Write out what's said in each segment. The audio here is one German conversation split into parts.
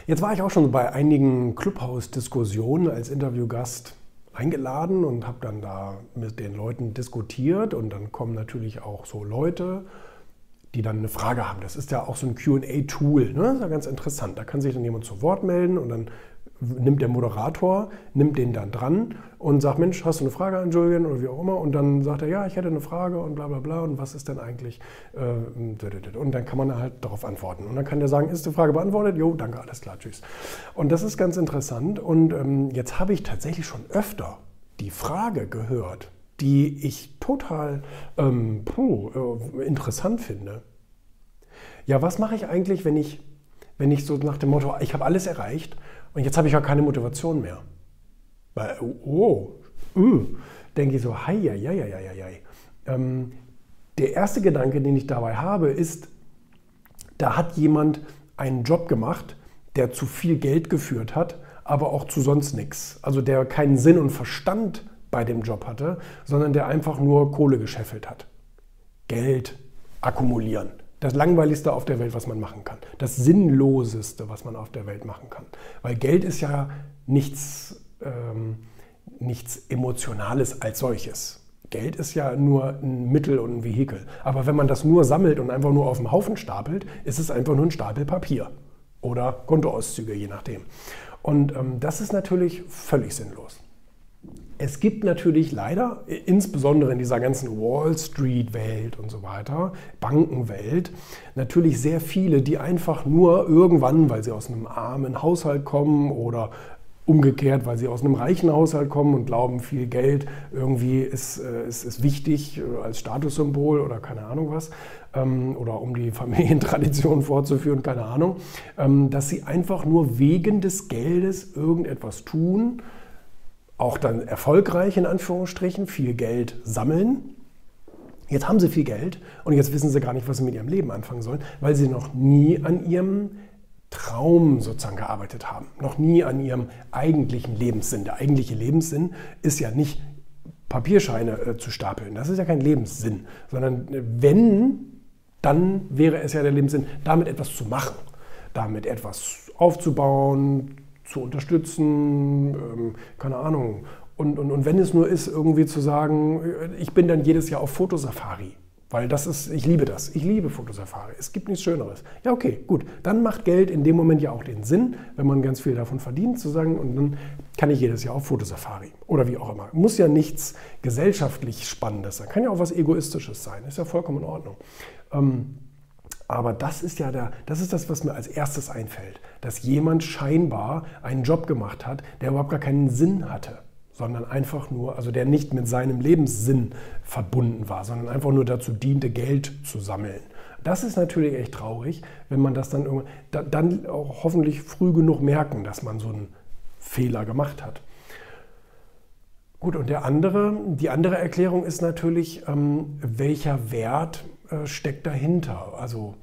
Jetzt war ich auch schon bei einigen Clubhouse-Diskussionen als Interviewgast eingeladen und habe dann da mit den Leuten diskutiert und dann kommen natürlich auch so Leute, die dann eine Frage haben. Das ist ja auch so ein Q&A-Tool, ne? Das ist ja ganz interessant. Da kann sich dann jemand zu Wort melden und dann nimmt der Moderator, nimmt den dann dran und sagt, Mensch, hast du eine Frage an Julian oder wie auch immer? Und dann sagt er, ja, ich hätte eine Frage und bla bla bla und was ist denn eigentlich? Und dann kann man halt darauf antworten. Und dann kann der sagen, ist die Frage beantwortet? Jo, danke, alles klar, tschüss. Und das ist ganz interessant und jetzt habe ich tatsächlich schon öfter die Frage gehört, die ich total interessant finde. Ja, was mache ich eigentlich, wenn ich so nach dem Motto, ich habe alles erreicht und jetzt habe ich ja keine Motivation mehr. Weil, denke ich so, hei. Der erste Gedanke, den ich dabei habe, ist, da hat jemand einen Job gemacht, der zu viel Geld geführt hat, aber auch zu sonst nichts. Also der keinen Sinn und Verstand bei dem Job hatte, sondern der einfach nur Kohle gescheffelt hat. Geld akkumulieren. Das Langweiligste auf der Welt, was man machen kann. Das Sinnloseste, was man auf der Welt machen kann. Weil Geld ist ja nichts Emotionales als solches. Geld ist ja nur ein Mittel und ein Vehikel. Aber wenn man das nur sammelt und einfach nur auf dem Haufen stapelt, ist es einfach nur ein Stapel Papier. Oder Kontoauszüge, je nachdem. Und das ist natürlich völlig sinnlos. Es gibt natürlich leider, insbesondere in dieser ganzen Wall Street-Welt und so weiter, Bankenwelt, natürlich sehr viele, die einfach nur irgendwann, weil sie aus einem armen Haushalt kommen oder umgekehrt, weil sie aus einem reichen Haushalt kommen und glauben, viel Geld irgendwie ist wichtig als Statussymbol oder keine Ahnung was, oder um die Familientradition fortzuführen, keine Ahnung, dass sie einfach nur wegen des Geldes irgendetwas tun, auch dann erfolgreich in Anführungsstrichen, viel Geld sammeln. Jetzt haben sie viel Geld und jetzt wissen sie gar nicht, was sie mit ihrem Leben anfangen sollen, weil sie noch nie an ihrem Traum sozusagen gearbeitet haben, noch nie an ihrem eigentlichen Lebenssinn. Der eigentliche Lebenssinn ist ja nicht Papierscheine zu stapeln, das ist ja kein Lebenssinn, sondern wenn, dann wäre es ja der Lebenssinn, damit etwas zu machen, damit etwas aufzubauen, zu unterstützen, keine Ahnung. Und wenn es nur ist, irgendwie zu sagen, ich bin dann jedes Jahr auf Fotosafari, weil ich liebe das. Ich liebe Fotosafari. Es gibt nichts Schöneres. Ja, okay, gut. Dann macht Geld in dem Moment ja auch den Sinn, wenn man ganz viel davon verdient, zu sagen, und dann kann ich jedes Jahr auf Fotosafari. Oder wie auch immer. Muss ja nichts gesellschaftlich Spannendes sein. Kann ja auch was Egoistisches sein. Ist ja vollkommen in Ordnung. Aber das ist das, was mir als erstes einfällt, dass jemand scheinbar einen Job gemacht hat, der überhaupt gar keinen Sinn hatte, sondern einfach nur, also der nicht mit seinem Lebenssinn verbunden war, sondern einfach nur dazu diente, Geld zu sammeln. Das ist natürlich echt traurig, wenn man das dann auch hoffentlich früh genug merken, dass man so einen Fehler gemacht hat. Gut, und die andere Erklärung ist natürlich, welcher Wert steckt dahinter? Also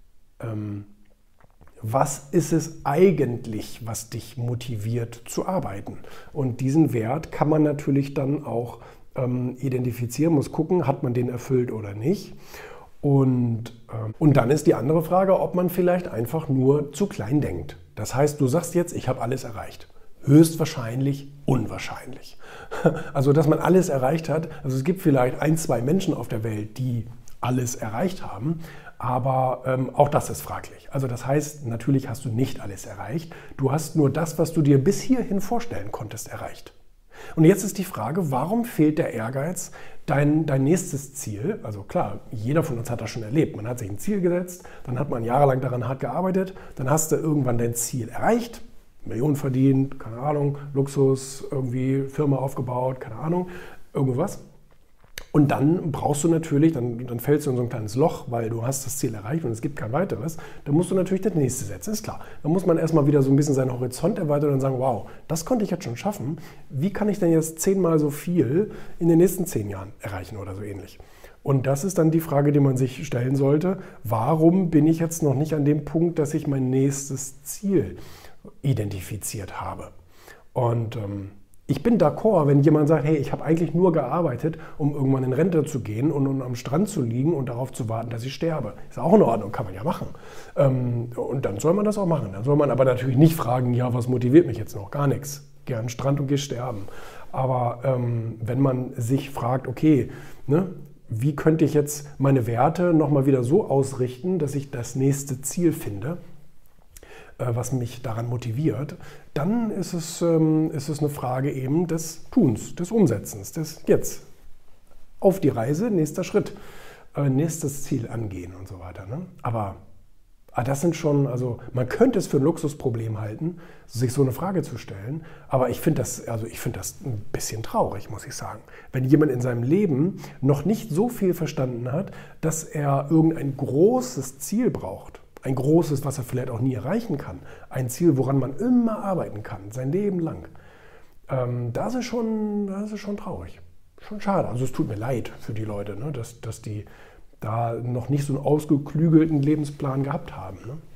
was ist es eigentlich, was dich motiviert zu arbeiten? Und diesen Wert kann man natürlich dann auch identifizieren, muss gucken, hat man den erfüllt oder nicht. Und dann ist die andere Frage, ob man vielleicht einfach nur zu klein denkt. Das heißt, du sagst jetzt, ich habe alles erreicht. Höchstwahrscheinlich unwahrscheinlich. Also, dass man alles erreicht hat. Also es gibt vielleicht 1, 2 Menschen auf der Welt, die alles erreicht haben, aber auch das ist fraglich. Also das heißt, natürlich hast du nicht alles erreicht. Du hast nur das, was du dir bis hierhin vorstellen konntest, erreicht. Und jetzt ist die Frage, warum fehlt der Ehrgeiz, dein nächstes Ziel? Also klar, jeder von uns hat das schon erlebt. Man hat sich ein Ziel gesetzt, dann hat man jahrelang daran hart gearbeitet, dann hast du irgendwann dein Ziel erreicht, Millionen verdient, keine Ahnung, Luxus, irgendwie Firma aufgebaut, keine Ahnung, irgendwas. Und dann brauchst du natürlich, dann fällst du in so ein kleines Loch, weil du hast das Ziel erreicht und es gibt kein weiteres. Dann musst du natürlich das nächste setzen, ist klar. Dann muss man erstmal wieder so ein bisschen seinen Horizont erweitern und sagen, wow, das konnte ich jetzt schon schaffen. Wie kann ich denn jetzt 10-mal so viel in den nächsten 10 Jahren erreichen oder so ähnlich? Und das ist dann die Frage, die man sich stellen sollte. Warum bin ich jetzt noch nicht an dem Punkt, dass ich mein nächstes Ziel identifiziert habe? Und Ich bin d'accord, wenn jemand sagt, hey, ich habe eigentlich nur gearbeitet, um irgendwann in Rente zu gehen und am Strand zu liegen und darauf zu warten, dass ich sterbe. Ist auch in Ordnung, kann man ja machen. Und dann soll man das auch machen. Dann soll man aber natürlich nicht fragen, ja, was motiviert mich jetzt noch? Gar nichts. Geh an den Strand und geh sterben. Aber wenn man sich fragt, okay, ne, wie könnte ich jetzt meine Werte nochmal wieder so ausrichten, dass ich das nächste Ziel finde, was mich daran motiviert, dann ist es eine Frage eben des Tuns, des Umsetzens, des Jetzt. Auf die Reise, nächster Schritt, nächstes Ziel angehen und so weiter. Ne? Aber das sind schon, also man könnte es für ein Luxusproblem halten, sich so eine Frage zu stellen, aber ich finde das ein bisschen traurig, muss ich sagen. Wenn jemand in seinem Leben noch nicht so viel verstanden hat, dass er irgendein großes Ziel braucht, ein großes, was er vielleicht auch nie erreichen kann. Ein Ziel, woran man immer arbeiten kann, sein Leben lang. Das ist schon traurig. Schon schade. Also es tut mir leid für die Leute, ne, dass die da noch nicht so einen ausgeklügelten Lebensplan gehabt haben. Ne?